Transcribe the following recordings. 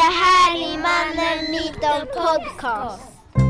här är Mannen, Myten Podcast.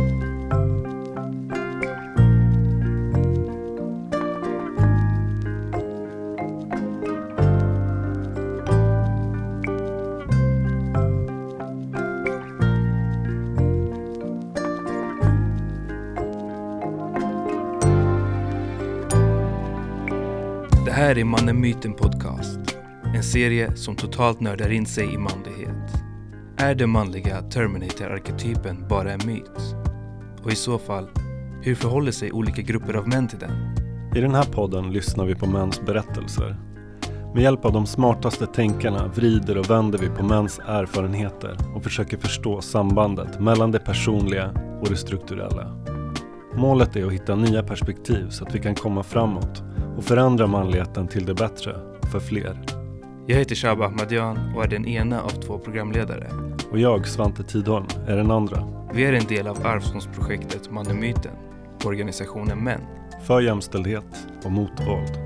Det här är Mannen Myten Podcast. En serie som totalt nördar in sig i manlighet. Är den manliga Terminator-arketypen bara en myt? Och i så fall, hur förhåller sig olika grupper av män till den? I den här podden lyssnar vi på mäns berättelser. Med hjälp av de smartaste tänkarna vrider och vänder vi på mäns erfarenheter och försöker förstå sambandet mellan det personliga och det strukturella. Målet är att hitta nya perspektiv så att vi kan komma framåt och förändra manligheten till det bättre för fler. Jag heter Shaba Ahmadian och är den ena av 2 programledare. Och jag, Svante Tidholm, är den andra. Vi är en del av arvsfondsprojektet Mannen Myten, organisationen Män. För jämställdhet och mot våld.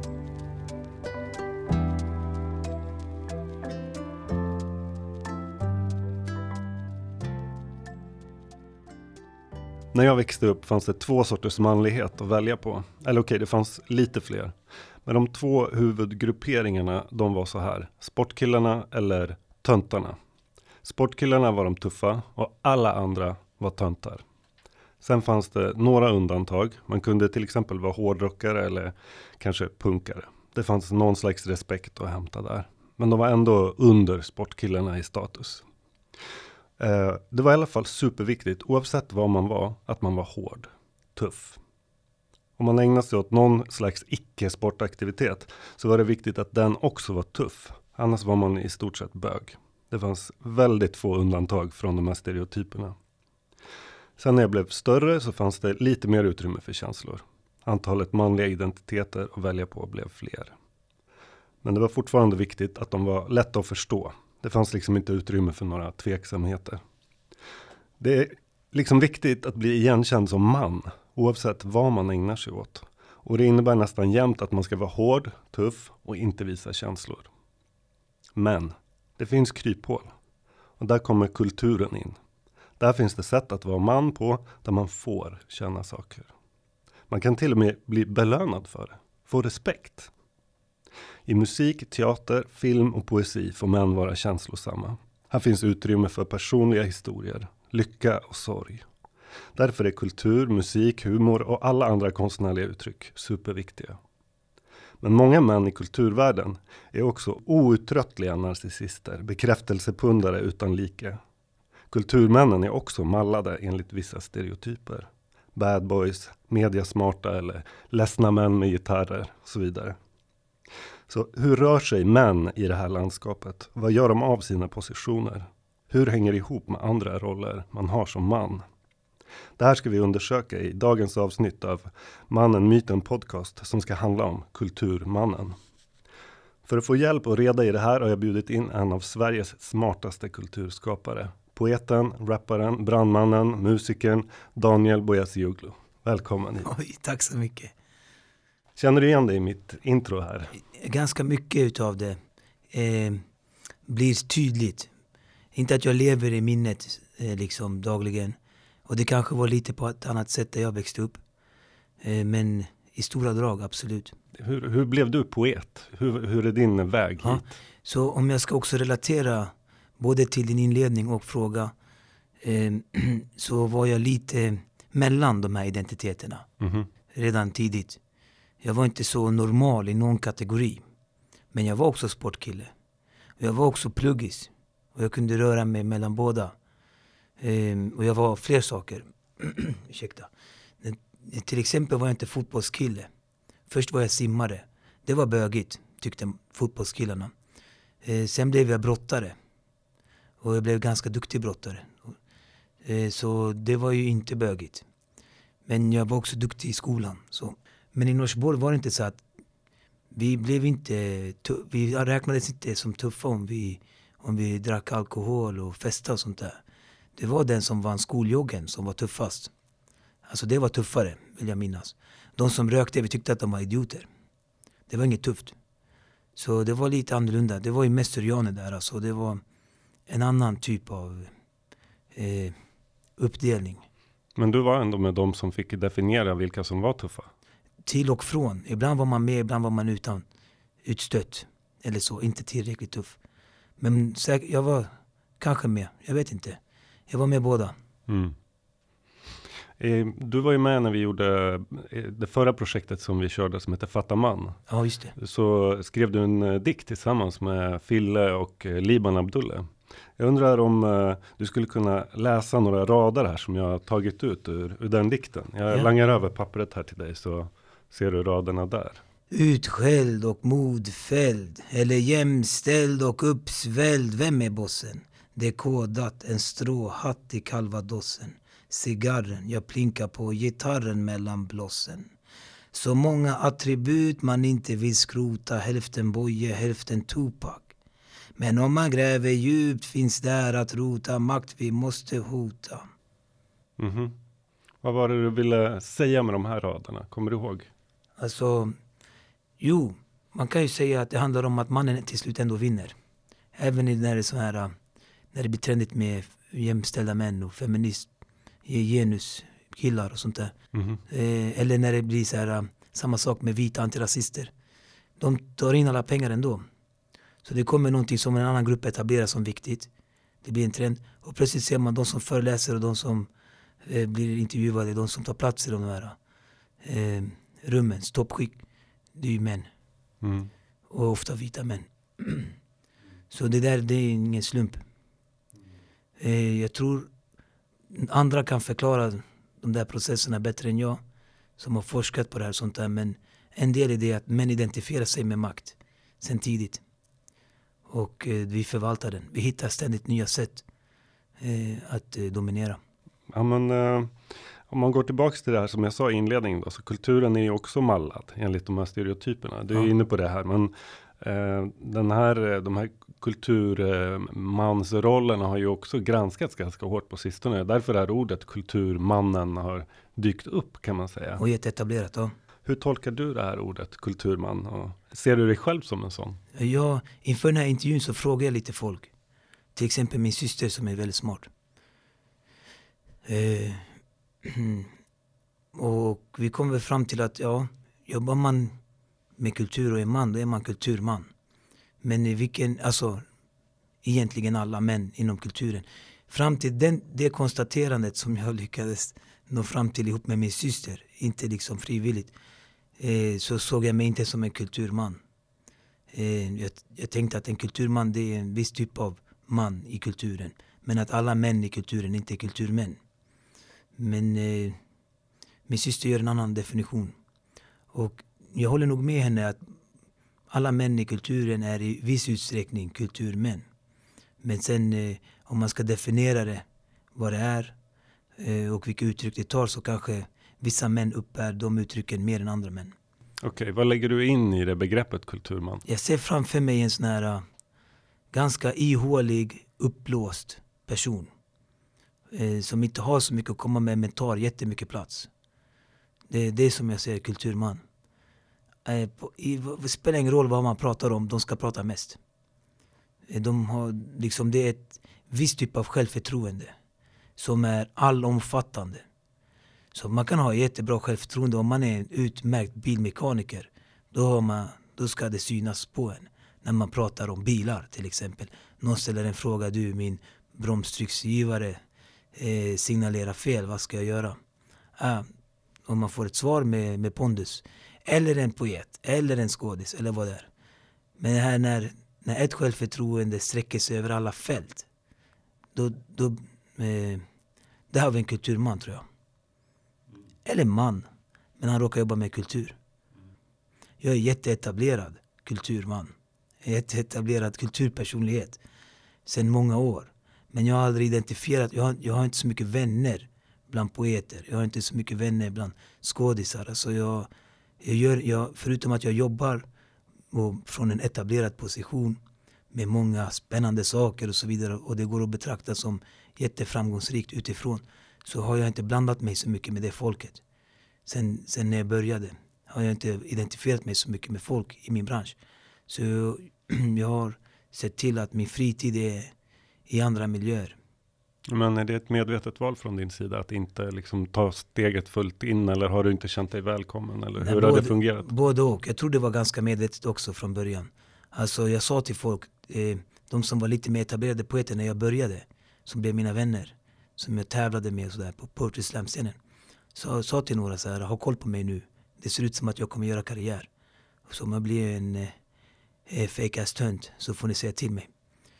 När jag växte upp fanns det 2 sorters manlighet att välja på. Eller okej, det fanns lite fler. Men de 2 huvudgrupperingarna, de var så här. Sportkillarna eller töntarna. Sportkillarna var de tuffa och alla andra var töntar. Sen fanns det några undantag. Man kunde till exempel vara hårdrockare eller kanske punkare. Det fanns någon slags respekt att hämta där. Men de var ändå under sportkillarna i status. Det var i alla fall superviktigt, oavsett vad man var, att man var hård, tuff. Om man ägnade sig åt någon slags icke-sportaktivitet så var det viktigt att den också var tuff. Annars var man i stort sett bög. Det fanns väldigt få undantag från de här stereotyperna. Sen när jag blev större så fanns det lite mer utrymme för känslor. Antalet manliga identiteter att välja på blev fler. Men det var fortfarande viktigt att de var lätta att förstå. Det fanns liksom inte utrymme för några tveksamheter. Det är liksom viktigt att bli igenkänd som man, oavsett vad man ägnar sig åt. Och det innebär nästan jämt att man ska vara hård, tuff och inte visa känslor. Men det finns kryphål. Och där kommer kulturen in. Där finns det sätt att vara man på där man får känna saker. Man kan till och med bli belönad för det. Få respekt. I musik, teater, film och poesi får män vara känslosamma. Här finns utrymme för personliga historier, lycka och sorg. Därför är kultur, musik, humor och alla andra konstnärliga uttryck superviktiga. Men många män i kulturvärlden är också outtröttliga narcissister, bekräftelsepundare utan like. Kulturmännen är också mallade enligt vissa stereotyper. Bad boys, mediasmarta eller ledsna män med gitarrer och så vidare. Så hur rör sig män i det här landskapet? Vad gör de av sina positioner? Hur hänger det ihop med andra roller man har som man? Det här ska vi undersöka i dagens avsnitt av Mannen Myten Podcast som ska handla om kulturmannen. För att få hjälp och reda i det här har jag bjudit in en av Sveriges smartaste kulturskapare. Poeten, rapparen, brandmannen, musikern Daniel Boyazioglu. Välkommen hit. Oj, tack så mycket. Känner du igen dig i mitt intro här? Ganska mycket utav det blir tydligt. Inte att jag lever i minnet liksom dagligen. Och det kanske var lite på ett annat sätt där jag växte upp. Men i stora drag, absolut. Hur blev du poet? Hur är din väg hit? Ja, så om jag ska också relatera både till din inledning och fråga så var jag lite mellan de här identiteterna redan tidigt. Jag var inte så normal i någon kategori. Men jag var också sportkille. Och jag var också pluggis. Och jag kunde röra mig mellan båda. Och jag var fler saker. Ursäkta. Till exempel var jag inte fotbollskille. Först var jag simmare. Det var bögigt, tyckte fotbollskillarna. Sen blev jag brottare. Och jag blev ganska duktig brottare. Så det var ju inte bögigt. Men jag var också duktig i skolan. Så. Men i Norsborg var det inte så att vi räknades inte som tuffa om vi drack alkohol och festade och sånt där. Det var den som vann skoljoggen som var tuffast. Alltså det var tuffare, vill jag minnas. De som rökte, vi tyckte att de var idioter. Det var inget tufft. Så det var lite annorlunda. Det var ju mest syrianer där. Alltså. Det var en annan typ av uppdelning. Men du var ändå med de som fick definiera vilka som var tuffa? Till och från. Ibland var man med, ibland var man utstött. Eller så, inte tillräckligt tuff. Men jag var kanske med, jag vet inte. Jag var med båda. Mm. Du var ju med när vi gjorde det förra projektet som vi körde som heter Fatta man. Ja, just det. Så skrev du en dikt tillsammans med Fille och Liban Abdulle. Jag undrar om du skulle kunna läsa några rader här som jag har tagit ut ur den dikten. Jag langar över pappret här till dig så ser du raderna där. Utskälld och modfälld, eller jämställd och uppsvälld, vem är bossen? Det är kodat en stråhatt i kalvadossen. Cigarren, jag plinkar på gitarren mellan blossen. Så många attribut man inte vill skrota, hälften Boje, hälften Tupac. Men om man gräver djupt finns där att rota, makt vi måste hota. Mhm. Vad var det du ville säga med de här raderna? Kommer du ihåg? Alltså, jo, man kan ju säga att det handlar om att mannen till slut ändå vinner. Även när det är så här, när det blir trendigt med jämställda män och feminist, genuskillar och sånt där. Mhm. Eller när det blir så här, samma sak med vita antirasister. De tar in alla pengar ändå. Så det kommer någonting som en annan grupp etablerar som viktigt. Det blir en trend. Och plötsligt ser man de som föreläser och de som blir intervjuade, de som tar plats i de här rummens toppskick. Det är ju män. Mm. Och ofta vita män. Så det är ingen slump. Jag tror andra kan förklara de där processerna bättre än jag som har forskat på det här sånt där. Men en del är det att män identifierar sig med makt sen tidigt. Och vi förvaltar den. Vi hittar ständigt nya sätt att dominera. Ja, men om man går tillbaka till det här som jag sa i inledningen då, så kulturen är ju också mallad enligt de här stereotyperna. Du är inne på det här, men de här kulturmansrollerna har ju också granskats ganska hårt på sistone. Därför är ordet kulturmannen har dykt upp, kan man säga. Och jätteetablerat, ja. Hur tolkar du det här ordet kulturman? Och ser du dig själv som en sån? Ja, inför den här intervjun så frågar jag lite folk. Till exempel min syster som är väldigt smart. Och vi kommer fram till att jobbar man med kultur och är man, då är man kulturman. Men i vilken, alltså egentligen alla män inom kulturen. Fram till det konstaterandet som jag lyckades nå fram till ihop med min syster, inte liksom frivilligt, så såg jag mig inte som en kulturman. Jag tänkte att en kulturman, det är en viss typ av man i kulturen. Men att alla män i kulturen inte är kulturmän. Men min syster gör en annan definition. Och jag håller nog med henne att alla män i kulturen är i viss utsträckning kulturmän. Men sen om man ska definiera det, vad det är och vilka uttryck det tar, så kanske vissa män uppbär de uttrycken mer än andra män. Okej, vad lägger du in i det begreppet kulturman? Jag ser framför mig en sån här ganska ihålig, uppblåst person. Som inte har så mycket att komma med, men tar jättemycket plats. Det är det som jag ser kulturman. Det spelar ingen roll vad man pratar om, de ska prata mest. De har, liksom, det är ett viss typ av självförtroende som är allomfattande. Så man kan ha jättebra självförtroende om man är en utmärkt bilmekaniker. Då ska det synas på en. När man pratar om bilar till exempel. Någon ställer en fråga, du, min bromstrycksgivare signalerar fel, vad ska jag göra? Om man får ett svar med pondus. Eller en poet, eller en skådis, eller vad det är. Men det här när ett självförtroende sträcker sig över alla fält. Det har vi en kulturman, tror jag. Eller man, men han råkar jobba med kultur. Jag är jätteetablerad kulturman. Jätteetablerad kulturpersonlighet sedan många år. Men jag har aldrig identifierat, jag har inte så mycket vänner bland poeter. Jag har inte så mycket vänner bland skådisar. Alltså jag, förutom att jag jobbar från en etablerad position med många spännande saker och så vidare, och det går att betrakta som jätteframgångsrikt utifrån, så har jag inte blandat mig så mycket med det folket. Sen när jag började har jag inte identifierat mig så mycket med folk i min bransch. Så jag har sett till att min fritid är i andra miljöer. Men är det ett medvetet val från din sida att inte liksom ta steget fullt in, eller har du inte känt dig välkommen, eller hur har det fungerat? Både och. Jag tror det var ganska medvetet också från början. Alltså jag sa till folk, de som var lite mer etablerade poeter när jag började, som blev mina vänner, som jag tävlade med sådär på Poetry Slam-scenen. Så jag sa till några så här, ha koll på mig nu. Det ser ut som att jag kommer göra karriär. Så om jag blir en fake-ass tönt så får ni säga till mig.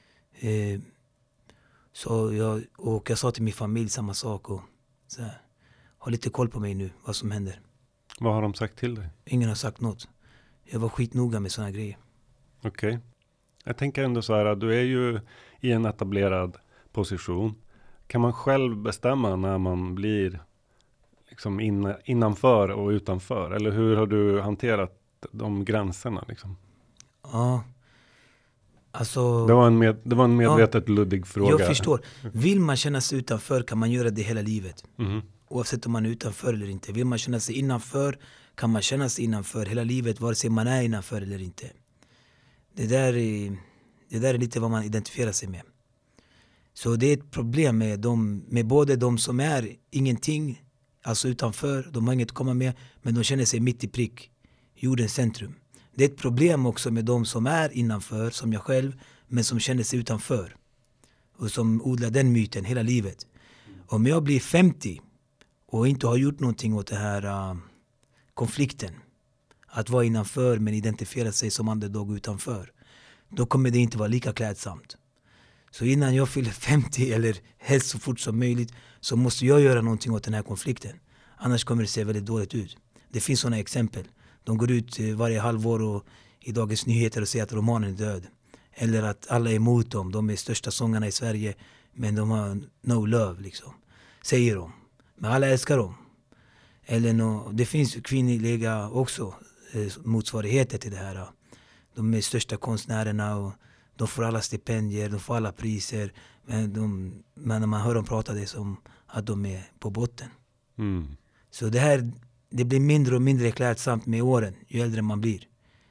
Så jag sa till min familj samma sak. Och så här, ha lite koll på mig nu, vad som händer. Vad har de sagt till dig? Ingen har sagt något. Jag var skitnoga med såna grejer. Okej. Jag tänker ändå så här att du är ju i en etablerad position. Kan man själv bestämma när man blir liksom innanför och utanför? Eller hur har du hanterat de gränserna liksom? Ja. Alltså, det var en medvetet luddig fråga. Jag förstår. Vill man känna sig utanför kan man göra det hela livet. Mm. Oavsett om man är utanför eller inte. Vill man känna sig innanför kan man känna sig innanför hela livet, vare sig man är innanför eller inte. Det där är lite vad man identifierar sig med. Så det är ett problem med både de som är ingenting, alltså utanför, de har inget att komma med, men de känner sig mitt i prick, jordens centrum. Det är ett problem också med de som är innanför, som jag själv, men som känner sig utanför. Och som odlar den myten hela livet. Om jag blir 50 och inte har gjort någonting åt den här konflikten, att vara innanför men identifiera sig som underdog utanför, då kommer det inte vara lika klädsamt. Så innan jag fyller 50, eller helst så fort som möjligt, så måste jag göra någonting åt den här konflikten. Annars kommer det se väldigt dåligt ut. Det finns sådana exempel. De går ut varje halvår och i Dagens Nyheter och säger att romanen är död. Eller att alla är emot dem. De är största sångarna i Sverige, men de har no love liksom. Säger de. Men alla älskar dem. Eller det finns kvinnliga också motsvarigheter till det här. De är största konstnärerna och de får alla stipendier, de får alla priser. Men när man hör dem prata, det är som att de är på botten. Mm. Så det blir mindre och mindre klädsamt med åren, ju äldre man blir.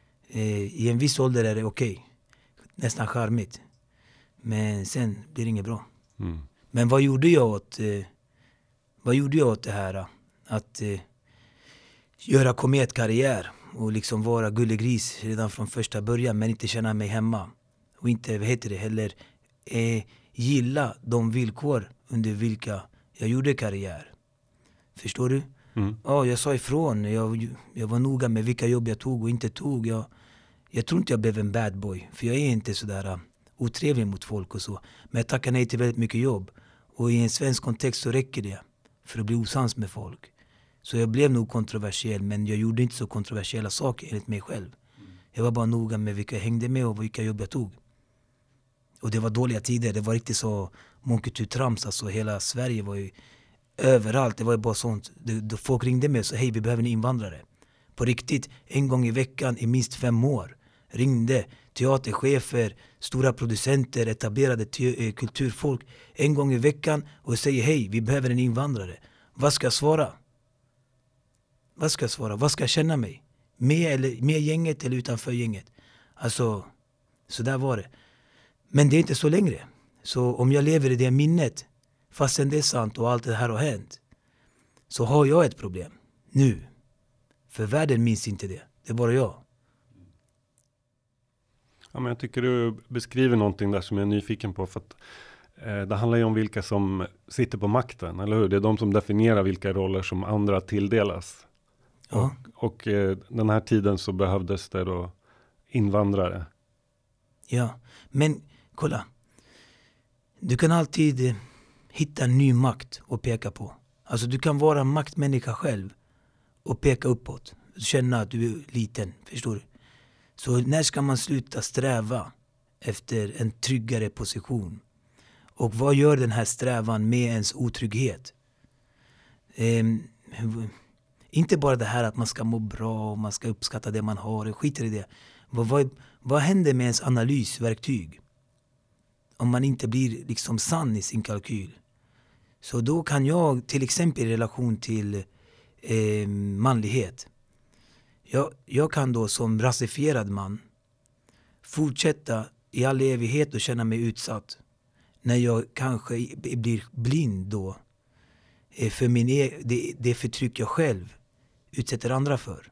I en viss ålder är det okej. Nästan charmigt. Men sen blir det inget bra. Mm. Men vad gjorde jag åt det här? Att göra kometkarriär och liksom vara gullegris redan från första början, men inte känna mig hemma. Och inte, heller gilla de villkor under vilka jag gjorde karriär. Förstår du? Mm. Ja, jag sa ifrån. Jag var noga med vilka jobb jag tog och inte tog. Jag tror inte jag blev en bad boy. För jag är inte sådär otrevlig mot folk och så. Men jag tackar nej till väldigt mycket jobb. Och i en svensk kontext så räcker det för att bli osams med folk. Så jag blev nog kontroversiell, men jag gjorde inte så kontroversiella saker enligt mig själv. Jag var bara noga med vilka jag hängde med och vilka jobb jag tog. Och det var dåliga tider. Det var riktigt så mångkulturtrams. Alltså hela Sverige var ju överallt. Det var ju bara sånt. Folk ringde mig och sa, hej, vi behöver en invandrare. På riktigt, en gång i veckan i minst 5 år. Ringde teaterchefer, stora producenter, etablerade kulturfolk. En gång i veckan och säger, hej, vi behöver en invandrare. Vad ska jag svara? Vad ska jag känna mig? Med gänget eller utanför gänget? Alltså, så där var det. Men det är inte så längre. Så om jag lever i det minnet, fastän det är sant och allt det här har hänt, så har jag ett problem. Nu. För världen minns inte det. Det är bara jag. Ja, men jag tycker du beskriver någonting där som jag är nyfiken på. För att det handlar ju om vilka som sitter på makten, eller hur? Det är de som definierar vilka roller som andra tilldelas. Ja. Och den här tiden så behövdes det då invandrare. Ja, men kolla. Du kan alltid hitta en ny makt att peka på. Alltså du kan vara maktmänniska själv och peka uppåt. Känna att du är liten, förstår du? Så när ska man sluta sträva efter en tryggare position? Och vad gör den här strävan med ens otrygghet? Inte bara det här att man ska må bra och man ska uppskatta det man har. Skiter i det. Vad händer med ens analysverktyg? Om man inte blir liksom sann i sin kalkyl. Så då kan jag till exempel i relation till manlighet. Jag kan då som rasifierad man fortsätta i all evighet och känna mig utsatt. när jag kanske blir blind då för det förtryck jag själv utsätter andra för.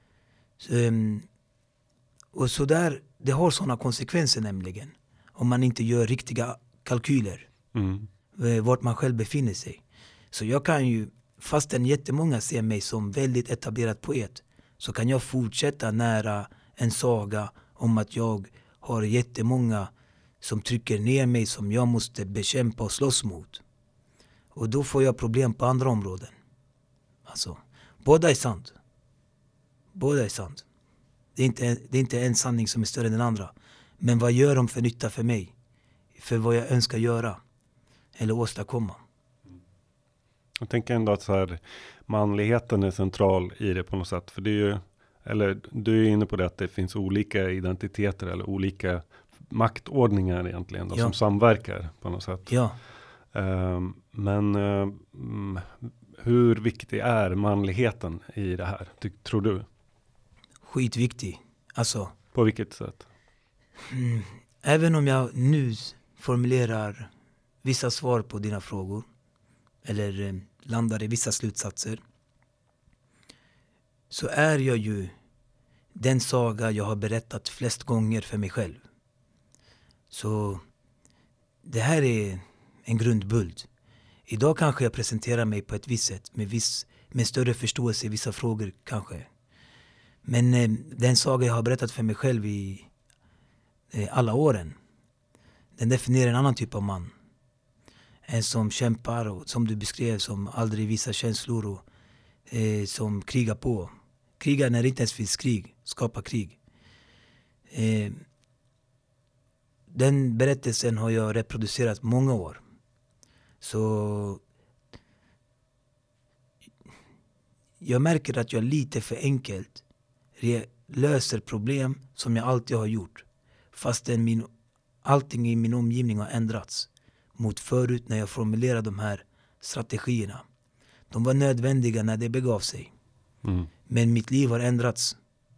Och så där, det har sådana konsekvenser nämligen. Om man inte gör riktiga kalkyler. Vart man själv befinner sig. Så jag kan ju, fastän jättemånga ser mig som väldigt etablerad poet, så kan jag fortsätta nära en saga om att jag har jättemånga som trycker ner mig, som jag måste bekämpa och slåss mot. Och då får jag problem på andra områden. Alltså, båda är sant. Båda är sant. Det är inte en sanning som är större än den andra. Men vad gör de för nytta för mig? För vad jag önskar göra. Eller åstadkomma. Jag tänker ändå att så här, manligheten är central i det på något sätt. För det är ju, eller du är inne på det, att det finns olika identiteter eller olika maktordningar egentligen då, som samverkar på något sätt. Ja. Men hur viktig är manligheten i det här, tror du? Skitviktig. Alltså. På vilket sätt? Även om jag nu formulerar vissa svar på dina frågor eller landar i vissa slutsatser, så är jag ju den saga jag har berättat flest gånger för mig själv. Så det här är en grundbult. Idag kanske jag presenterar mig på ett visst sätt med större förståelse i vissa frågor kanske. Men den saga jag har berättat för mig själv i alla åren, den definierar en annan typ av man. En som kämpar och som du beskrev, som aldrig visar känslor och som krigar på. Krigar när det inte ens finns krig, skapar krig. Den berättelsen har jag reproducerat många år. Så jag märker att jag lite för enkelt löser problem som jag alltid har gjort. Fastän allting i min omgivning har ändrats mot förut när jag formulerade de här strategierna. De var nödvändiga när det begav sig. Men mitt liv har ändrats.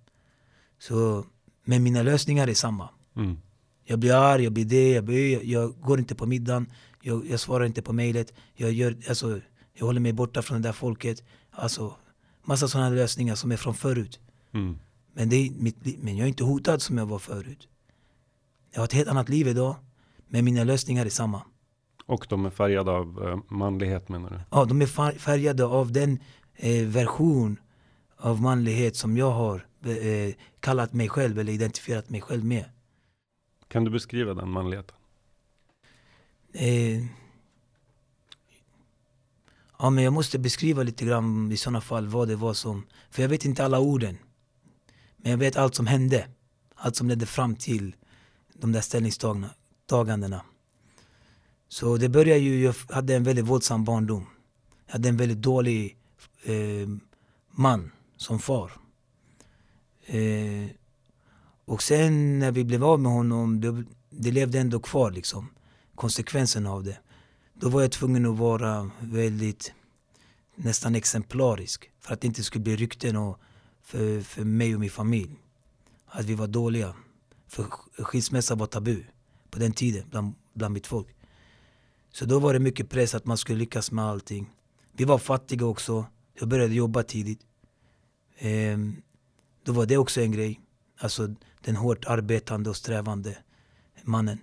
Men mina lösningar är samma. Jag blir arg, jag blir det, jag går inte på middagen, jag svarar inte på mejlet, jag håller mig borta från det där folket. Alltså, massa sådana lösningar som är från förut. Men jag är inte hotad som jag var förut. Jag har ett helt annat liv idag, men mina lösningar är samma. Och de är färgade av manlighet, menar du? Ja, de är färgade av den version av manlighet som jag har kallat mig själv eller identifierat mig själv med. Kan du beskriva den manligheten? Ja, men jag måste beskriva lite grann i sådana fall vad det var som... För jag vet inte alla orden. Men jag vet allt som hände. Allt som ledde fram till de där ställningstagandena. Så det började ju... Jag hade en väldigt våldsam barndom. Jag hade en väldigt dålig man som far. Och sen när vi blev av med honom, det levde ändå kvar liksom. Konsekvensen av det. Då var jag tvungen att vara väldigt nästan exemplarisk. För att det inte skulle bli rykten för mig och min familj. Att vi var dåliga. För skilsmässa var tabu på den tiden bland mitt folk. Så då var det mycket press att man skulle lyckas med allting. Vi var fattiga också. Jag började jobba tidigt. Då var det också en grej. Alltså den hårt arbetande och strävande mannen.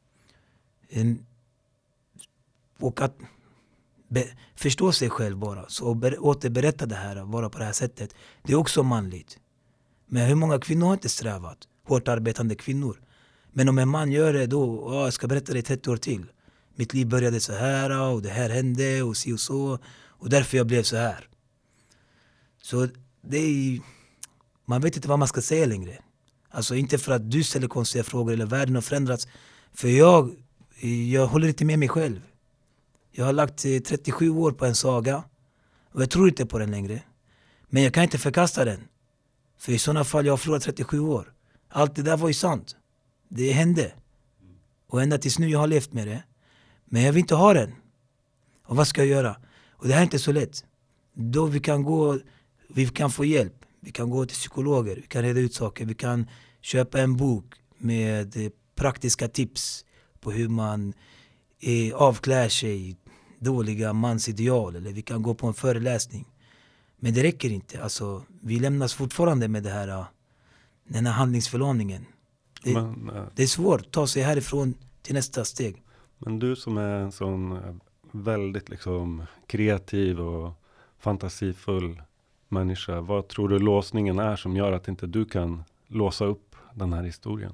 Och att förstå sig själv bara. Så återberätta det här, vara på det här sättet. Det är också manligt. Men hur många kvinnor har inte strävat? Hårt arbetande kvinnor. Men om en man gör det då, jag ska berätta det i 30 år till. Mitt liv började så här och det här hände och så. Och därför jag blev så här. Så det är... Man vet inte vad man ska säga längre. Alltså inte för att du ställer konstiga frågor eller världen har förändrats. För jag håller inte med mig själv. Jag har lagt 37 år på en saga. Och jag tror inte på den längre. Men jag kan inte förkasta den. För i sådana fall jag har förlorat 37 år. Allt det där var ju sant. Det hände. Och ända tills nu jag har levt med det. Men jag vill inte ha den. Och vad ska jag göra? Och det här är inte så lätt. Då vi kan få hjälp. Vi kan gå till psykologer, vi kan reda ut saker, vi kan köpa en bok med praktiska tips på hur man avklär sig dåliga mansideal, eller vi kan gå på en föreläsning. Men det räcker inte. Alltså, vi lämnas fortfarande med den här handlingsförlamningen. Det är svårt att ta sig härifrån till nästa steg. Men du som är en sån väldigt liksom kreativ och fantasifull människa, vad tror du låsningen är som gör att inte du kan låsa upp den här historien?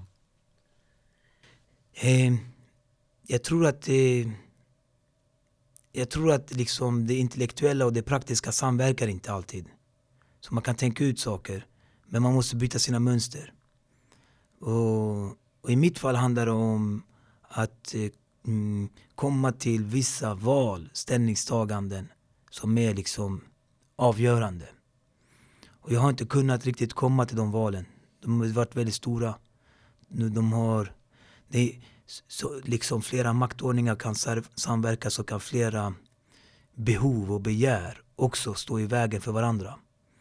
Jag tror att liksom det intellektuella och det praktiska samverkar inte alltid. Så man kan tänka ut saker, men man måste byta sina mönster. Och i mitt fall handlar det om att komma till vissa val, ställningstaganden som är liksom avgörande. Och jag har inte kunnat riktigt komma till de valen. De har varit väldigt stora. Så liksom flera maktordningar kan samverka, så kan flera behov och begär också stå i vägen för varandra.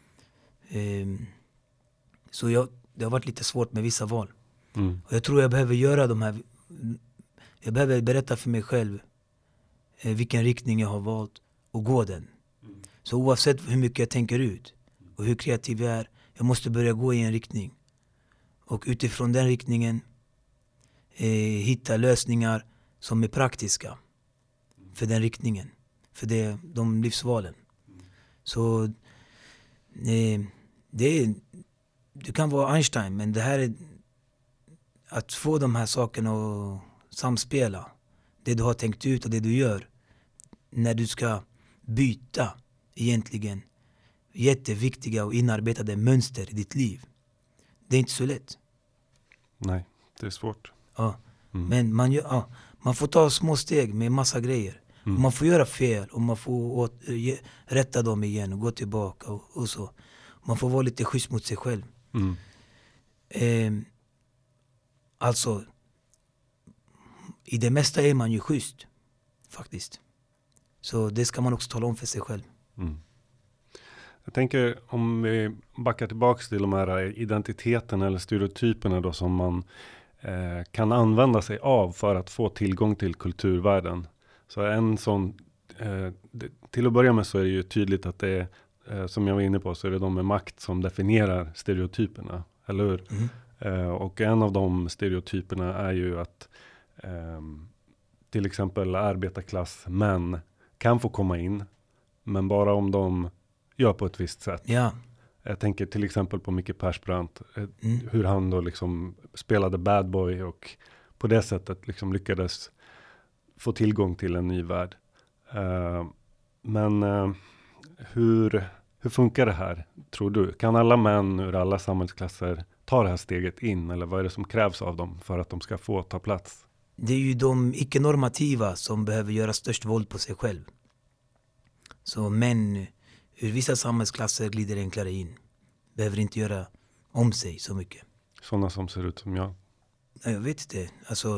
Så det har varit lite svårt med vissa val. Och jag tror jag behöver göra de här. Jag behöver berätta för mig själv vilken riktning jag har valt och gå den. Så oavsett hur mycket jag tänker ut och hur kreativ jag är, jag måste börja gå i en riktning. Och utifrån den riktningen hitta lösningar som är praktiska för den riktningen, för de livsvalen. Så du kan vara Einstein, men det här är att få de här sakerna att samspela, det du har tänkt ut och det du gör när du ska byta egentligen jätteviktiga och inarbetade mönster i ditt liv. Det är inte så lätt. Nej, det är svårt. Ja. Men man får ta små steg med massa grejer. Och man får göra fel och man får rätta dem igen och gå tillbaka och så. Man får vara lite schysst mot sig själv. Alltså, i det mesta är man ju schysst faktiskt. Så det ska man också tala om för sig själv. Jag tänker om vi backar tillbaka till de här identiteterna eller stereotyperna då, som man kan använda sig av för att få tillgång till kulturvärlden. Så en sån, till att börja med så är det ju tydligt att det är, som jag var inne på, så är det de med makt som definierar stereotyperna, eller hur? Och en av de stereotyperna är ju att till exempel arbetarklassmän kan få komma in, men bara om de gör på ett visst sätt. Ja. Jag tänker till exempel på Micke Persbrandt, hur han då liksom spelade bad boy och på det sättet liksom lyckades få tillgång till en ny värld. Men hur funkar det här, tror du? Kan alla män ur alla samhällsklasser ta det här steget in, eller vad är det som krävs av dem för att de ska få ta plats? Det är ju de icke-normativa som behöver göra störst våld på sig själv. Så män ur vissa samhällsklasser glider enklare in. Behöver inte göra om sig så mycket. Sådana som ser ut som jag? Jag vet inte. Alltså,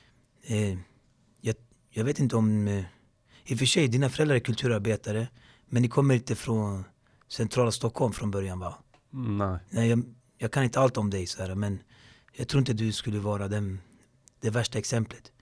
jag vet inte om... I och för sig, dina föräldrar är kulturarbetare. Men ni kommer inte från centrala Stockholm från början, va? Nej, jag kan inte allt om dig så här, men jag tror inte du skulle vara det värsta exemplet.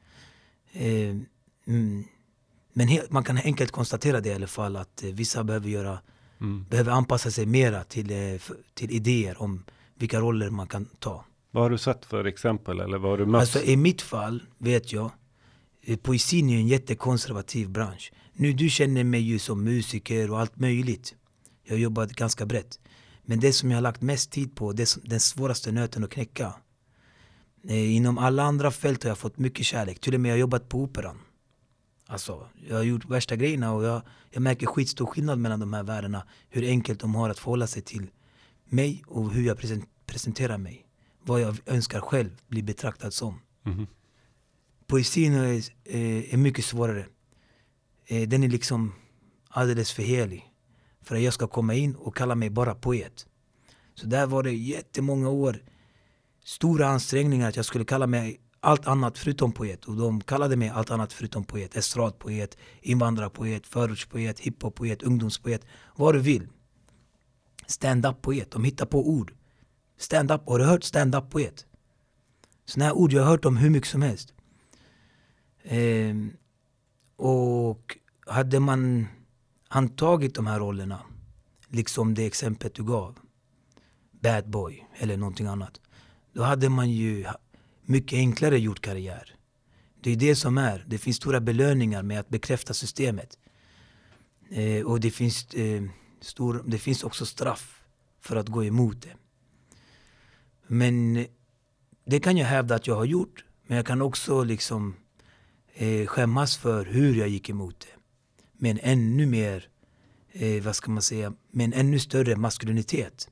Men man kan enkelt konstatera det i alla fall, att vissa behöver anpassa sig mera till idéer om vilka roller man kan ta. Vad har du sett för exempel, eller vad har du mött? Alltså i mitt fall vet jag, poesin är en jättekonservativ bransch. Nu du känner mig ju som musiker och allt möjligt. Jag har jobbat ganska brett. Men det som jag har lagt mest tid på, den svåraste nöten att knäcka. Inom alla andra fält har jag fått mycket kärlek. Till och med jag har jobbat på operan. Alltså, jag har gjort värsta grejerna och jag märker skitstor skillnad mellan de här världarna. Hur enkelt de har att förhålla sig till mig och hur jag presenterar mig. Vad jag önskar själv bli betraktad som. Poesin är mycket svårare. Den är liksom alldeles för helig för att jag ska komma in och kalla mig bara poet. Så där var det jättemånga år stora ansträngningar att jag skulle kalla mig allt annat förutom poet. Och de kallade mig allt annat förutom poet. Estradpoet, invandrarpoet, förortspoet, hiphoppoet, ungdomspoet. Vad du vill. Stand-up-poet. De hittar på ord. Stand-up. Har du hört stand-up-poet? Sådana här ord jag har hört om hur mycket som helst. Och hade man antagit de här rollerna, liksom det exemplet du gav, bad boy eller någonting annat, då hade man ju mycket enklare gjort karriär. Det är det som är. Det finns stora belöningar med att bekräfta systemet. Och det finns också straff för att gå emot det. Men det kan jag hävda att jag har gjort. Men jag kan också liksom skämmas för hur jag gick emot det. Med en ännu mer, med en ännu större maskulinitet.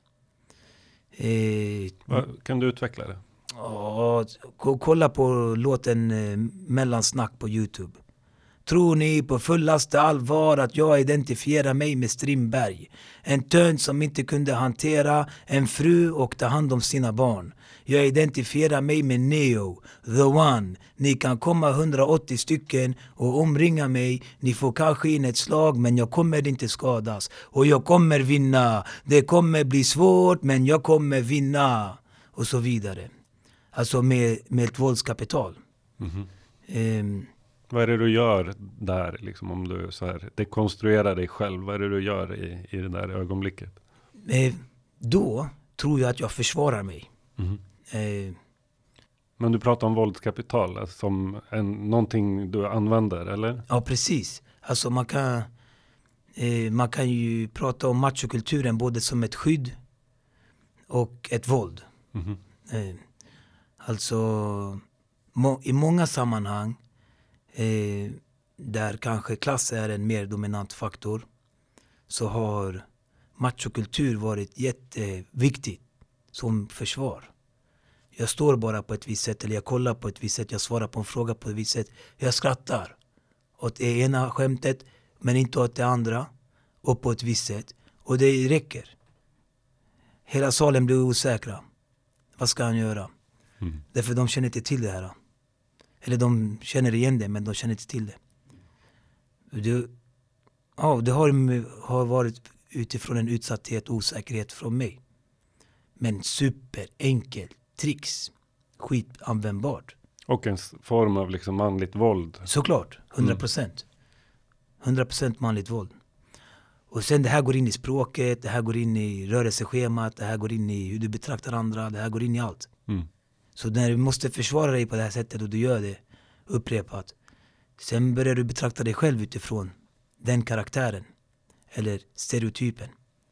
Kan du utveckla det? Kolla på låten Mellansnack på YouTube. Tror ni på fullaste allvar att jag identifierar mig med Strindberg? En tönt som inte kunde hantera en fru och ta hand om sina barn. Jag identifierar mig med Neo, the one. Ni kan komma 180 stycken och omringa mig. Ni får kanske in ett slag, men jag kommer inte skadas. Och jag kommer vinna. Det kommer bli svårt, men jag kommer vinna. Och så vidare. Alltså med ett våldskapital. Vad är det du gör där, liksom, om du så här dekonstruerar dig själv? Vad är det du gör i det där ögonblicket? Då tror jag att jag försvarar mig. Men du pratar om våldskapital alltså som någonting du använder, eller? Ja, precis. Alltså man kan ju prata om machokulturen både som ett skydd och ett våld. Alltså i många sammanhang där kanske klass är en mer dominant faktor, så har machokultur varit jätteviktigt som försvar. Jag står bara på ett visst sätt, eller jag kollar på ett visst sätt, jag svarar på en fråga på ett visst sätt. Jag skrattar åt det ena skämtet men inte åt det andra, och på ett visst sätt. Och det räcker. Hela salen blir osäkra. Vad ska han göra? Därför de känner inte till det här. Eller de känner igen det, men de känner inte till det. Det har varit utifrån en utsatthet och osäkerhet från mig. Men superenkelt tricks. Skitanvändbart. Och en form av liksom manligt våld. Såklart, 100%. 100% manligt våld. Och sen det här går in i språket, det här går in i rörelseschemat, det här går in i hur du betraktar andra, det här går in i allt. Så när du måste försvara dig på det här sättet och du gör det upprepat, sen börjar du betrakta dig själv utifrån den karaktären eller stereotypen.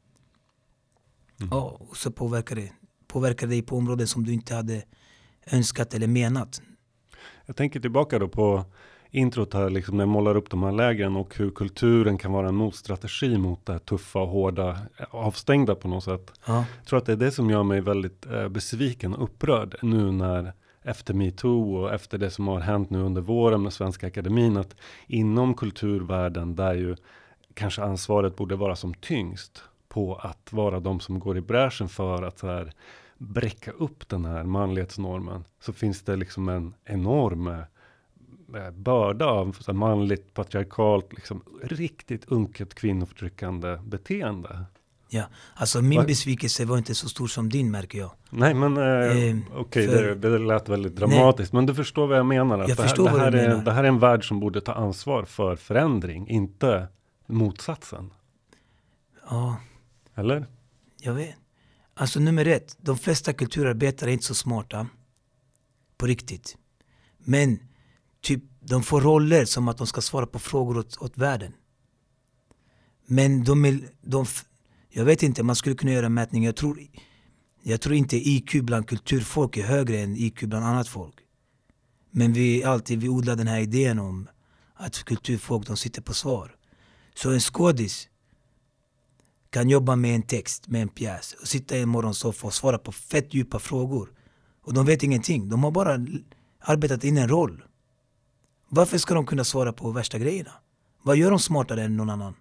Och så påverkar dig på områden som du inte hade önskat eller menat. Jag tänker tillbaka då på introt här, liksom, när jag målar upp de här lägren och hur kulturen kan vara en motstrategi mot det här tuffa och hårda, avstängda på något sätt. Jag tror att det är det som gör mig väldigt besviken och upprörd nu när efter MeToo och efter det som har hänt nu under våren med Svenska Akademin, att inom kulturvärlden där ju kanske ansvaret borde vara som tyngst på att vara de som går i bräschen för att så här bräcka upp den här manlighetsnormen, så finns det liksom en enorm börda av så här manligt, patriarkalt, liksom riktigt unket kvinnoförtryckande beteende. Ja, alltså min besvikelse var inte så stor som din, märker jag. Nej, men det lät väldigt dramatiskt. Nej. Men du förstår vad jag menar. Att det här är en värld som borde ta ansvar för förändring, inte motsatsen. Ja. Eller? Jag vet. Alltså nummer 1, de flesta kulturarbetare är inte så smarta. På riktigt. Men typ, de får roller som att de ska svara på frågor åt världen. Men jag vet inte, man skulle kunna göra mätning. Jag tror inte IQ bland kulturfolk är högre än IQ bland annat folk. Men vi odlar den här idén om att kulturfolk, de sitter på svar. Så en skådis kan jobba med en text, med en pjäs, och sitta i en morgonsoffa och svara på fett djupa frågor. Och de vet ingenting. De har bara arbetat in en roll. Varför ska de kunna svara på värsta grejerna? Vad gör de smartare än någon annan?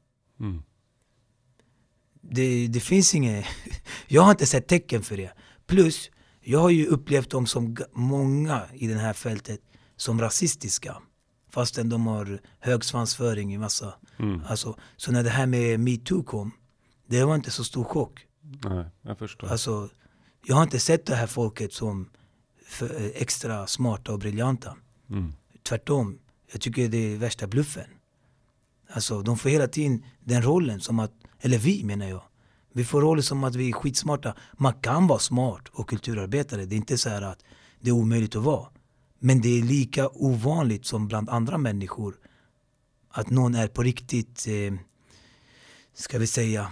Det finns inget. Jag har inte sett tecken för det. Plus, jag har ju upplevt dem som många i det här fältet som rasistiska. Fastän de har hög svansföring i massa. Alltså, så när det här med MeToo kom, det var inte så stor chock. Nej, jag förstår. Alltså, jag har inte sett det här folket som extra smarta och briljanta. Tvärtom, jag tycker det är värsta bluffen. Alltså de får hela tiden den rollen som att, eller vi menar jag, vi får rollen som att vi är skitsmarta. Man kan vara smart och kulturarbetare, det är inte så här att det är omöjligt att vara. Men det är lika ovanligt som bland andra människor att någon är på riktigt, ska vi säga,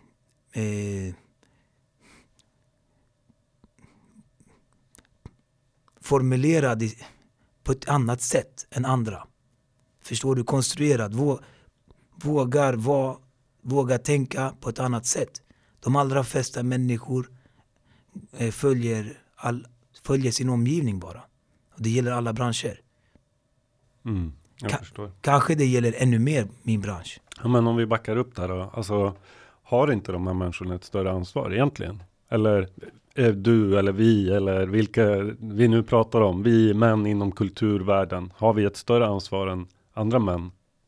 formulerad på ett annat sätt än andra. Förstår du? Konstruerad. Vågar tänka på ett annat sätt. De allra flesta människor följer sin omgivning bara. Och det gäller alla branscher. Jag förstår. Kanske det gäller ännu mer min bransch. Ja, men om vi backar upp där då. Alltså, har inte de här människorna ett större ansvar egentligen? Eller är du eller vi eller vilka vi nu pratar om, vi män inom kulturvärlden, har vi ett större ansvar än andra män?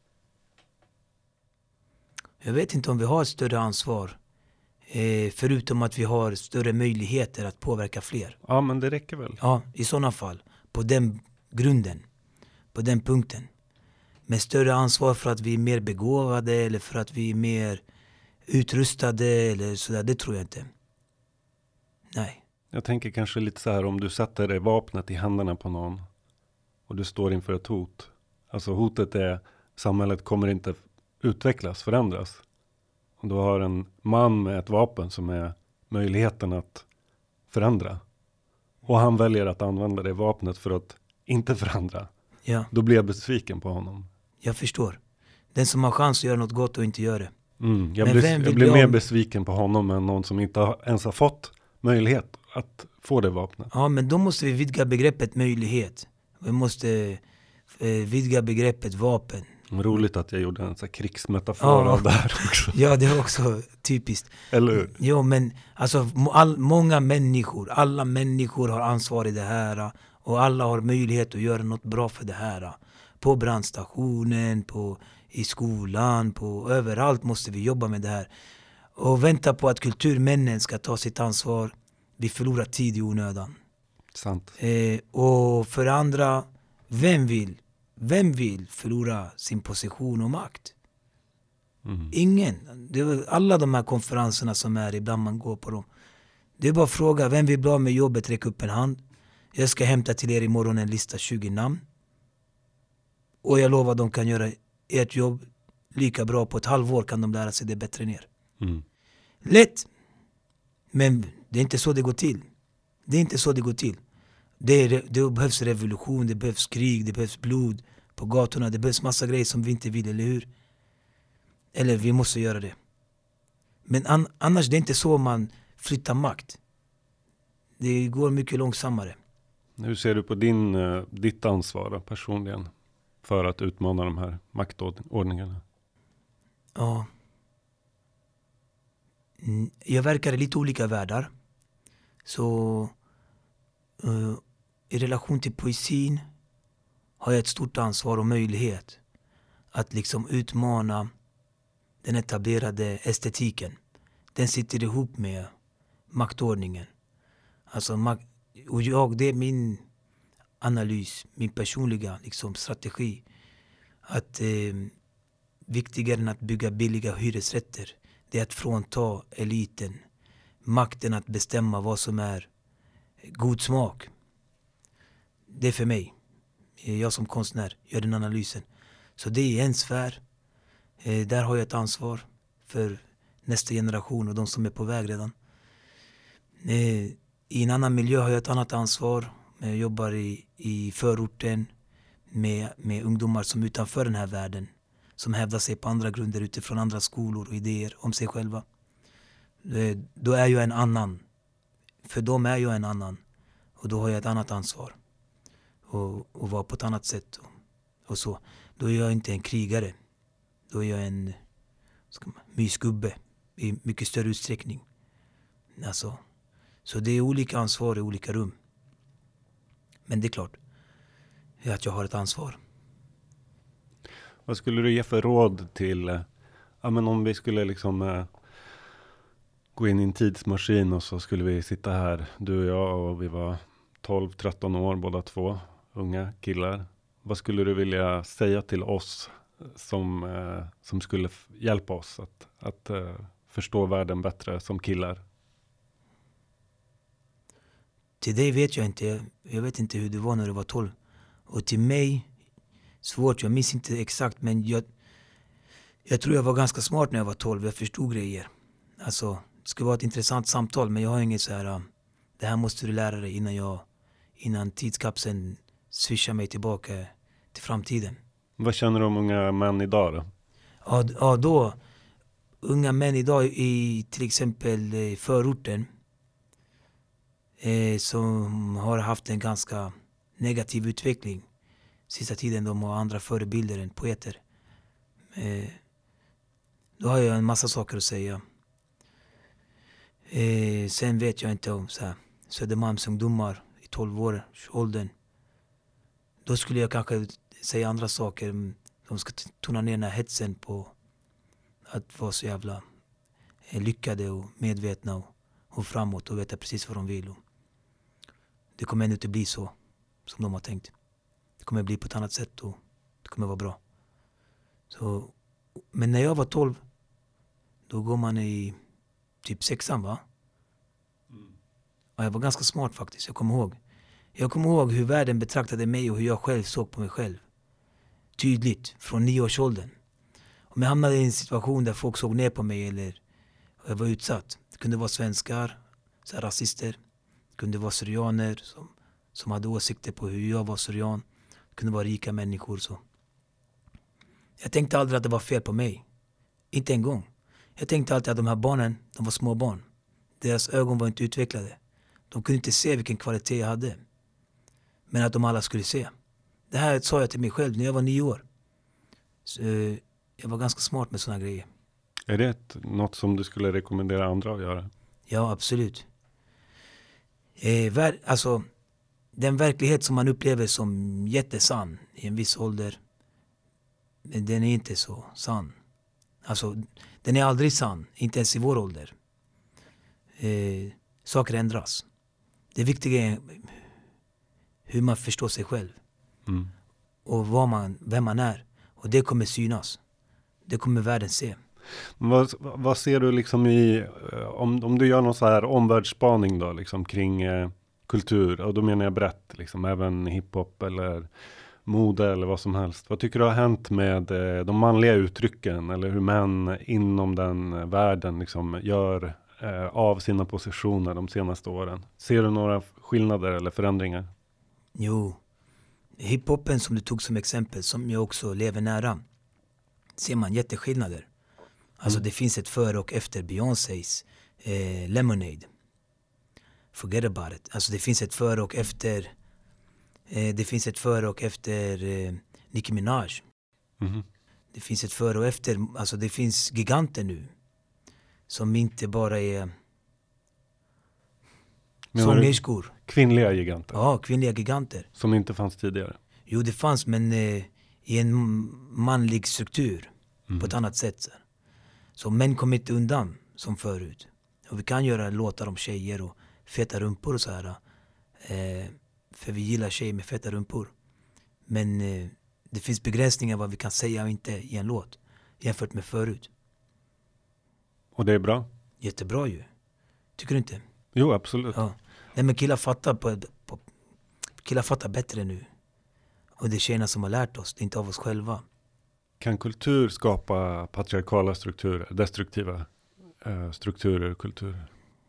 Jag vet inte om vi har ett större ansvar. Förutom att vi har större möjligheter att påverka fler. Ja, men det räcker väl? Ja, i sådana fall. På den grunden. På den punkten. Med större ansvar för att vi är mer begåvade eller för att vi är mer utrustade eller sådär. Det tror jag inte. Nej. Jag tänker kanske lite så här, om du sätter det vapnet i händerna på någon och du står inför ett hot. Alltså hotet är, samhället kommer inte utvecklas, förändras. Och du har en man med ett vapen som är möjligheten att förändra. Och han väljer att använda det vapnet för att inte förändra. Ja. Då blir jag besviken på honom. Jag förstår. Den som har chans att göra något gott och inte gör det. Jag blir mer besviken på honom än någon som inte ens har fått möjlighet att få det vapnet. Ja, men då måste vi vidga begreppet möjlighet. Vi måste vidga begreppet vapen. Roligt att jag gjorde en sån här krigsmetafor av det här också. Ja, det är också typiskt. Eller hur? Jo, men alltså många människor, alla människor har ansvar i det här. Och alla har möjlighet att göra något bra för det här. På brandstationen, i skolan, överallt måste vi jobba med det här. Och vänta på att kulturmännen ska ta sitt ansvar. Vi förlorar tid i onödan. Sant. Och för andra, vem vill förlora sin position och makt? Ingen. Alla de här konferenserna som är, ibland man går på dem. Det är bara att fråga, vem vill bli av med jobbet, räck upp en hand. Jag ska hämta till er imorgon en lista 20 namn. Och jag lovar att de kan göra ert jobb lika bra. På ett halvår kan de lära sig det bättre än er. Lätt. Men det är inte så det går till. Det behövs revolution, det behövs krig, det behövs blod på gatorna. Det behövs massa grejer som vi inte vill, eller hur? Eller vi måste göra det. Men annars det är inte så man flyttar makt. Det går mycket långsammare. Hur ser du på ditt ansvar då, personligen för att utmana de här maktordningarna? Ja. Jag verkar i lite olika världar. Så i relation till poesin har jag ett stort ansvar och möjlighet att liksom utmana den etablerade estetiken. Den sitter ihop med maktordningen. Alltså det är min analys, min personliga liksom, strategi. Att viktigare än att bygga billiga hyresrätter, det är att frånta eliten makten att bestämma vad som är god smak. Det är för mig. Jag som konstnär gör den analysen. Så det är en sfär. Där har jag ett ansvar för nästa generation och de som är på väg redan. I en annan miljö har jag ett annat ansvar. Jag jobbar i förorten med ungdomar som är utanför den här världen. Som hävdar sig på andra grunder utifrån andra skolor och idéer om sig själva. Då är jag en annan. För dem är jag en annan. Och då har jag ett annat ansvar. Och vara på ett annat sätt. Och så. Då är jag inte en krigare. Då är jag en mysgubbe i mycket större utsträckning. Alltså, så det är olika ansvar i olika rum. Men det är klart att jag har ett ansvar. Vad skulle du ge för råd till, men om vi skulle liksom gå in i en tidsmaskin och så skulle vi sitta här, du och jag, och vi var 12-13 år båda två, unga killar. Vad skulle du vilja säga till oss som skulle hjälpa oss att förstå världen bättre som killar? Till dig vet jag inte. Jag vet inte hur det var när du var 12. Och till mig, svårt, jag minns inte exakt, men jag tror jag var ganska smart när jag var 12. Jag förstod grejer. Alltså, det skulle vara ett intressant samtal, men jag har inget så här, det här måste du lära dig innan tidskapseln swishar mig tillbaka till framtiden. Vad känner du om unga män idag då? Ja, då, unga män idag i till exempel förorten som har haft en ganska negativ utveckling sista tiden. De har andra förebilder än poeter. Då har jag en massa saker att säga. Sen vet jag inte om så här, Södermalms ungdomar i 12-årsåldern. Då skulle jag kanske säga andra saker. De ska tona ner den här hetsen på att vara så jävla lyckade och medvetna och framåt och veta precis vad de vill. Och det kommer ändå inte bli så som de har tänkt. Det kommer bli på ett annat sätt och det kommer vara bra. Så, men när jag var 12, då går man i typ 6:an, va? Ja, jag var ganska smart faktiskt, jag kommer ihåg hur världen betraktade mig och hur jag själv såg på mig själv. Tydligt, från 9-årsåldern. Om jag hamnade i en situation där folk såg ner på mig eller jag var utsatt. Det kunde vara svenskar, så här rasister. Det kunde vara syrianer som hade åsikter på hur jag var syrian. Det kunde vara rika människor. Så. Jag tänkte aldrig att det var fel på mig. Inte en gång. Jag tänkte alltid att de här barnen, de var små barn. Deras ögon var inte utvecklade. De kunde inte se vilken kvalitet jag hade. Men att de alla skulle se. Det här sa jag till mig själv när jag var 9 år. Så jag var ganska smart med såna grejer. Är det något som du skulle rekommendera andra att göra? Ja, absolut. Alltså, den verklighet som man upplever som jättesann i en viss ålder, den är inte så sann. Alltså, den är aldrig sann, inte ens i vår ålder. Saker ändras. Det viktiga är hur man förstår sig själv. Mm. Och vem man är. Och det kommer synas. Det kommer världen se. Vad ser du liksom om du gör någon så här omvärldsspaning då liksom kring kultur, och då menar jag brett liksom, även hiphop eller mode eller vad som helst. Vad tycker du har hänt med de manliga uttrycken eller hur män inom den världen liksom gör av sina positioner de senaste åren? Ser du några skillnader eller förändringar? Jo, hiphopen som du tog som exempel, som jag också lever nära, ser man jätteskillnader. Alltså det finns ett före och efter Beyoncés Lemonade. Forget about it. Alltså det finns ett före och efter Nicki Minaj. Mm. Det finns ett före och efter, alltså det finns giganter nu som inte bara är sångerskor. Kvinnliga giganter? Ja, kvinnliga giganter. Som inte fanns tidigare? Jo, det fanns, men i en manlig struktur på ett annat sätt. Så män kom inte undan som förut. Och vi kan göra låtar om tjejer och feta rumpor och så här. För vi gillar tjejer med feta rumpor. Men det finns begränsningar vad vi kan säga och inte i en låt jämfört med förut. Och det är bra? Jättebra ju. Tycker du inte? Jo, absolut. Ja. Nej, men killar fattar bättre nu. Och det är tjejerna som har lärt oss, det är inte av oss själva. Kan kultur skapa patriarkala strukturer, destruktiva strukturer och kulturer?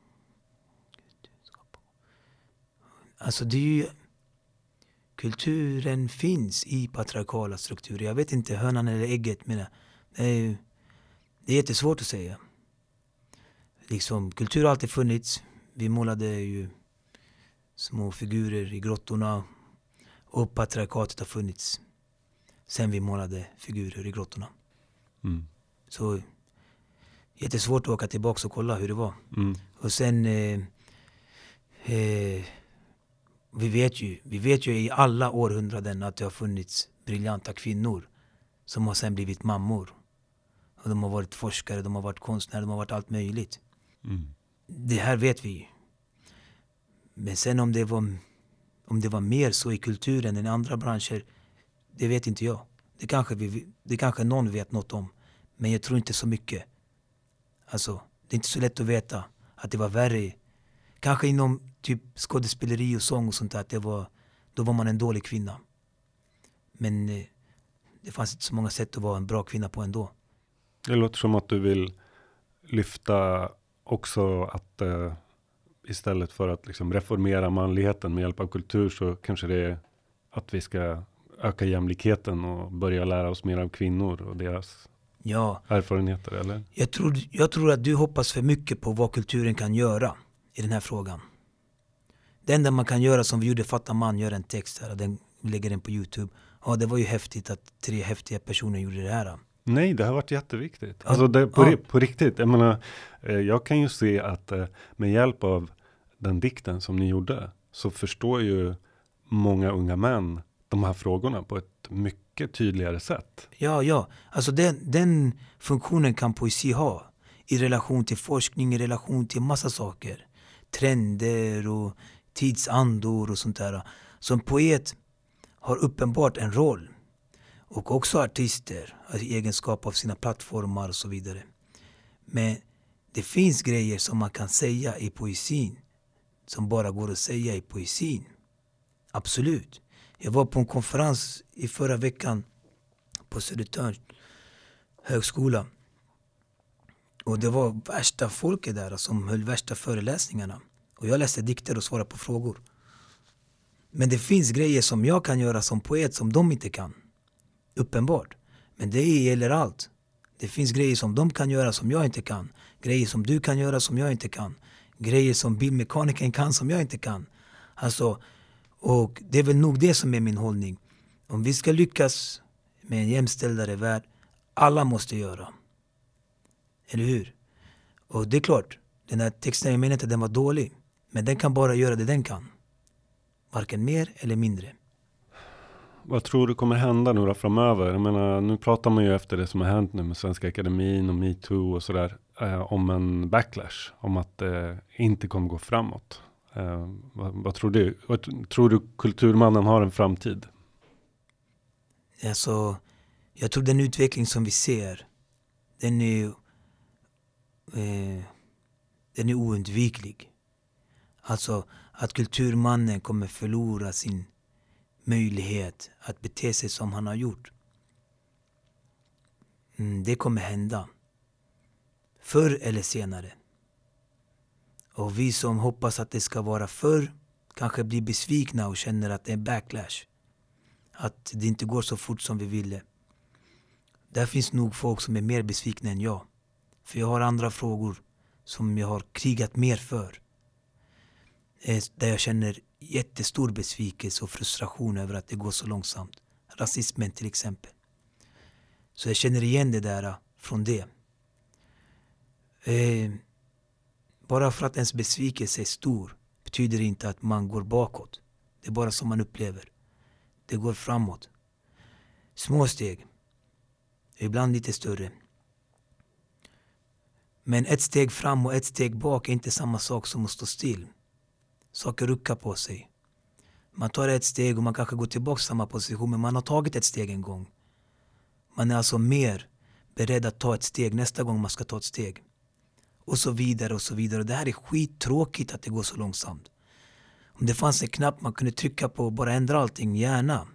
Alltså det är ju, kulturen finns i patriarkala strukturer. Jag vet inte, hönan eller ägget, men det är jättesvårt att säga. Liksom, kultur har alltid funnits. Vi målade ju små figurer i grottorna. Och patriarkatet har funnits sen vi målade figurer i grottorna. Mm. Så jättesvårt att åka tillbaka och kolla hur det var. Mm. Och sen vi vet ju i alla århundraden att det har funnits briljanta kvinnor som har sen blivit mammor. Och de har varit forskare, de har varit konstnärer, de har varit allt möjligt. Mm. Det här vet vi. Men sen om det var mer så i kulturen än i andra branscher, det vet inte jag. Det kanske någon vet något om. Men jag tror inte så mycket. Alltså, det är inte så lätt att veta att det var värre. Kanske inom typ skådespeleri och sång och sånt där. Att då var man en dålig kvinna. Men det fanns inte så många sätt att vara en bra kvinna på ändå. Det låter som att du vill lyfta också att istället för att liksom reformera manligheten med hjälp av kultur, så kanske det är att vi ska öka jämlikheten och börja lära oss mer av kvinnor och deras erfarenheter, eller? Jag tror att du hoppas för mycket på vad kulturen kan göra i den här frågan. Det enda man kan göra, som vi gjorde, Fatta man gör en text här och den lägger den på YouTube. Ja, det var ju häftigt att 3 häftiga personer gjorde det här. Nej, det har varit jätteviktigt. Alltså på riktigt. Jag menar, jag kan ju se att med hjälp av den dikten som ni gjorde, så förstår ju många unga män de här frågorna på ett mycket tydligare sätt. Ja. Alltså den funktionen kan poesi ha i relation till forskning, i relation till massa saker. Trender och tidsandor och sånt där. Som poet har uppenbart en roll. Och också artister i egenskap av sina plattformar och så vidare. Men det finns grejer som man kan säga i poesin som bara går att säga i poesin. Absolut. Jag var på en konferens i förra veckan på Södertörns högskola. Och det var värsta folket där som höll värsta föreläsningarna. Och jag läste dikter och svarade på frågor. Men det finns grejer som jag kan göra som poet som de inte kan. Uppenbart. Men det gäller allt. Det finns grejer som de kan göra som jag inte kan. Grejer som du kan göra som jag inte kan. Grejer som bilmekanikern kan som jag inte kan. Alltså, och det är väl nog det som är min hållning. Om vi ska lyckas med en jämställdare värld, alla måste göra. Eller hur? Och det är klart, den här texten, jag menar inte att den var dålig. Men den kan bara göra det den kan. Varken mer eller mindre. Vad tror du kommer hända nu då framöver? Jag menar, nu pratar man ju efter det som har hänt nu med Svenska Akademin och MeToo och sådär. Om en backlash. Om att det inte kommer gå framåt. Vad tror du? Tror du kulturmannen har en framtid? Alltså, jag tror den utveckling som vi ser, den är oundviklig. Alltså att kulturmannen kommer förlora sin möjlighet att bete sig som han har gjort. Det kommer hända. Förr eller senare. Och vi som hoppas att det ska vara förr kanske blir besvikna och känner att det är backlash. Att det inte går så fort som vi ville. Där finns nog folk som är mer besvikna än jag. För jag har andra frågor som jag har krigat mer för. Där jag känner jättestor besvikelse och frustration över att det går så långsamt. Rasismen till exempel. Så jag känner igen det där från det. Bara för att ens besvikelse är stor betyder inte att man går bakåt. Det är bara som man upplever. Det går framåt. Små steg. Ibland lite större. Men ett steg fram och ett steg bak är inte samma sak som att stå still. Saker ruckar på sig. Man tar ett steg och man kanske går tillbaka till samma position, men man har tagit ett steg en gång. Man är alltså mer beredd att ta ett steg nästa gång man ska ta ett steg. Och så vidare och så vidare. Och det här är skittråkigt att det går så långsamt. Om det fanns en knapp man kunde trycka på och bara ändra allting, gärna.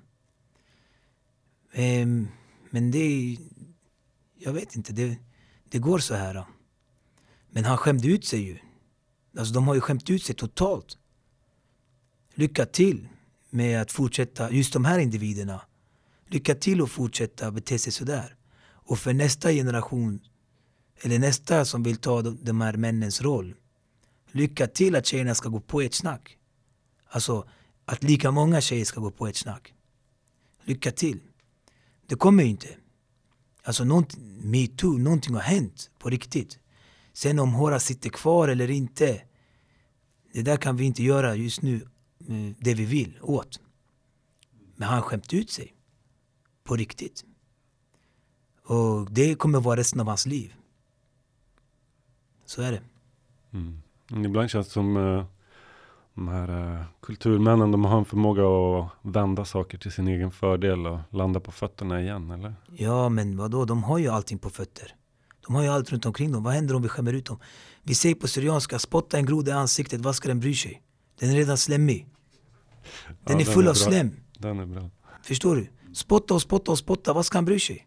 Men det, jag vet inte, det går så här. Men han skämde ut sig ju. Alltså de har ju skämt ut sig totalt. Lycka till med att fortsätta, just de här individerna. Lycka till att fortsätta bete sig sådär. Och för nästa generation, eller nästa som vill ta de här männens roll. Lycka till att tjejerna ska gå på ett snack. Alltså att lika många tjejer ska gå på ett snack. Lycka till. Det kommer ju inte. Alltså MeToo, någonting har hänt på riktigt. Sen om Horace sitter kvar eller inte, det där kan vi inte göra just nu det vi vill åt. Men han skämt ut sig. På riktigt. Och det kommer vara resten av hans liv. Så är det. Ibland känns det som De här kulturmännen, de har en förmåga att vända saker till sin egen fördel och landa på fötterna igen, eller? Ja, men vadå? De har ju allting på fötter. De har ju allt runt omkring dem. Vad händer om vi skämmer ut dem? Vi säger på syrianska, spotta en groda i ansiktet, vad ska den bry sig? Den är redan slemmig. Den är full av slem. Den är bra. Förstår du? Spotta och spotta och spotta, vad ska han bry sig?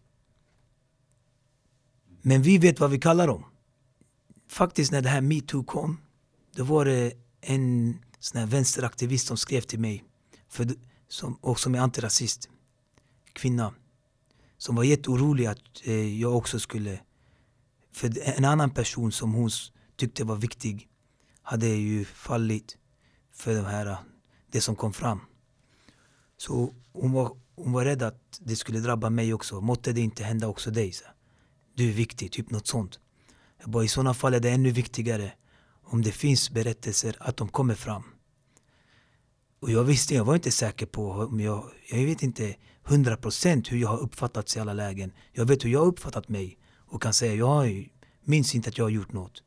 Men vi vet vad vi kallar dem. Faktiskt när det här MeToo kom, då var det en sån här vänsteraktivist som skrev till mig, som är antirasist, kvinna, som var jätteorolig att jag också skulle, för en annan person som hon tyckte var viktig hade ju fallit för det som kom fram. Så hon var rädd att det skulle drabba mig också. Måtte det inte hända också dig. Så. Du är viktig, typ något sånt. Jag bara, i sådana fall är det ännu viktigare om det finns berättelser att de kommer fram. Och jag var inte säker på om jag vet inte 100% hur jag har uppfattats i alla lägen. Jag vet hur jag har uppfattat mig och kan säga jag minns inte att jag har gjort något.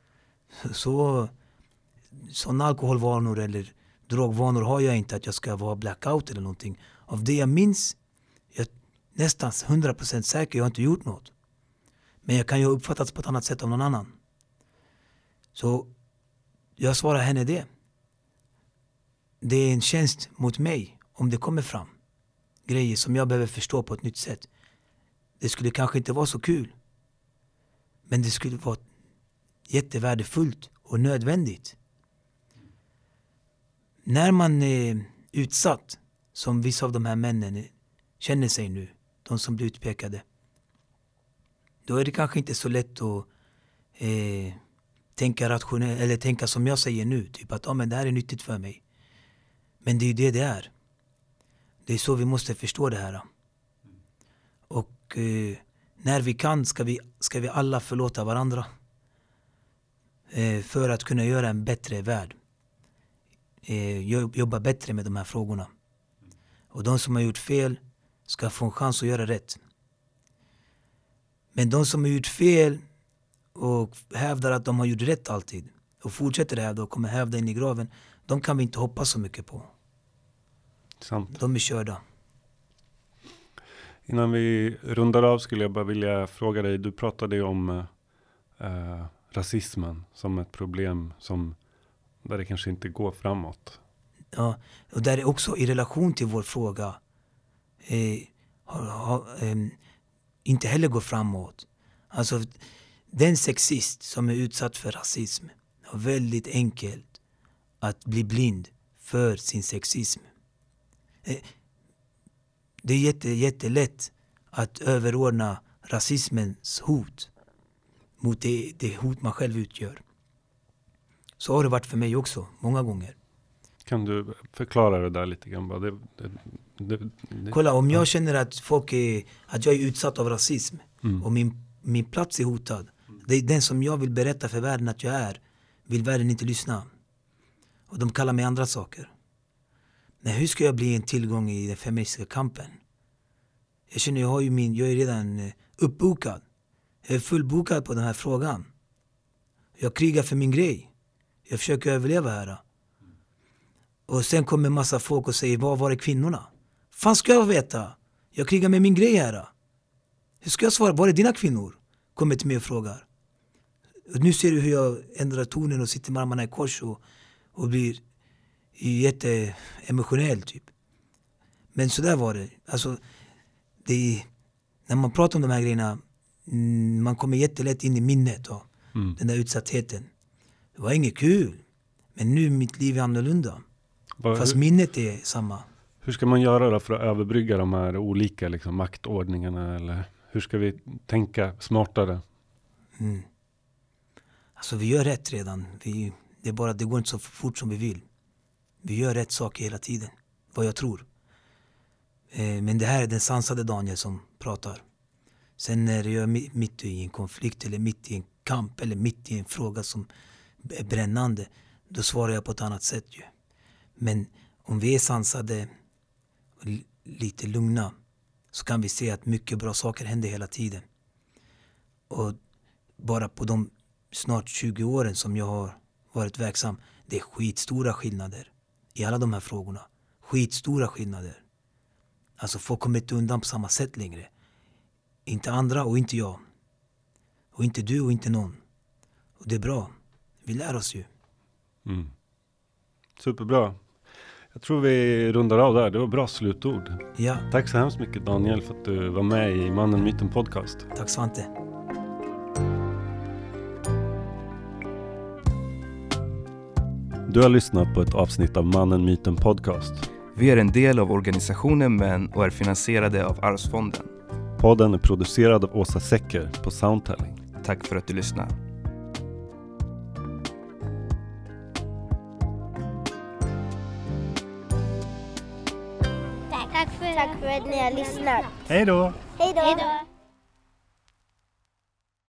Sådana alkoholvanor eller drogvanor har jag inte, att jag ska vara blackout eller någonting. Av det jag minns, jag är nästan 100% säker, jag har inte gjort något. Men jag kan ju ha uppfattats på ett annat sätt av någon annan. Så jag svarar henne det. Det är en tjänst mot mig om det kommer fram grejer som jag behöver förstå på ett nytt sätt. Det skulle kanske inte vara så kul. Men det skulle vara jättevärdefullt och nödvändigt. När man är utsatt, som vissa av de här männen känner sig nu, de som blir utpekade, då är det kanske inte så lätt att tänka rationellt eller tänka som jag säger nu, typ att men det här är nyttigt för mig. Men det är ju det är. Det är så vi måste förstå det här. Och när vi kan ska vi alla förlåta varandra för att kunna göra en bättre värld. Jobba bättre med de här frågorna. Och de som har gjort fel ska få en chans att göra rätt. Men de som har gjort fel och hävdar att de har gjort rätt alltid och fortsätter hävda och kommer hävda in i graven, de kan vi inte hoppas så mycket på. Sant. De är körda. Innan vi rundar av skulle jag bara vilja fråga dig, du pratade ju om rasismen som ett problem där det kanske inte går framåt. Ja, och där är också i relation till vår fråga inte heller går framåt. Alltså den sexist som är utsatt för rasism har väldigt enkelt att bli blind för sin sexism. Det är jättelätt att överordna rasismens hot mot det hot man själv utgör. Så har det varit för mig också, många gånger. Kan du förklara det där lite grann? Kolla, om jag känner att att jag är utsatt av rasism och min plats är hotad, det är den som jag vill berätta för världen att jag är, vill världen inte lyssna. Och de kallar mig andra saker. Nej, hur ska jag bli en tillgång i den feministiska kampen? Jag känner jag är redan uppbokad. Jag är fullbokad på den här frågan. Jag krigar för min grej. Jag försöker överleva här. Och sen kommer en massa folk och säger, var är kvinnorna? Fan ska jag veta? Jag krigar med min grej här. Hur ska jag svara? Var är dina kvinnor? Kommer till mig och frågar. Och nu ser du hur jag ändrar tonen och sitter med armarna i kors och blir jätteemotionell typ. Men så där var det. Alltså, när man pratar om de här grejerna, man kommer jättelätt in i minnet av den där utsattheten. Det var inget kul. Men nu mitt liv är annorlunda. Fast minnet är samma. Hur ska man göra då för att överbrygga de här olika maktordningarna? Eller hur ska vi tänka smartare? Alltså vi gör rätt redan. Det går inte så fort som vi vill. Vi gör rätt saker hela tiden. Vad jag tror. Men det här är den sansade Daniel som pratar. Sen när jag är mitt i en konflikt eller mitt i en kamp eller mitt i en fråga som är brännande, då svarar jag på ett annat sätt ju. Men om vi är sansade och lite lugna, så kan vi se att mycket bra saker händer hela tiden. Och bara på de snart 20 åren som jag har varit verksam, Det är skitstora skillnader i alla de här frågorna. Skitstora skillnader. Alltså folk kommer inte undan på samma sätt längre. Inte andra och inte jag. Och inte du och inte någon. Och det är bra. Vi lär oss ju. Mm. Superbra. Jag tror vi rundar av där. Det var bra slutord. Ja. Tack så hemskt mycket Daniel för att du var med i Mannen, Myten Podcast. Tack Svante. Du har lyssnat på ett avsnitt av Mannen, Myten Podcast. Vi är en del av organisationen Män och är finansierade av Arvsfonden. Podden är producerad av Åsa Secker på Soundtelling. Tack för att du lyssnar. Tack för att ni har lyssnat. Hej då! Hej då!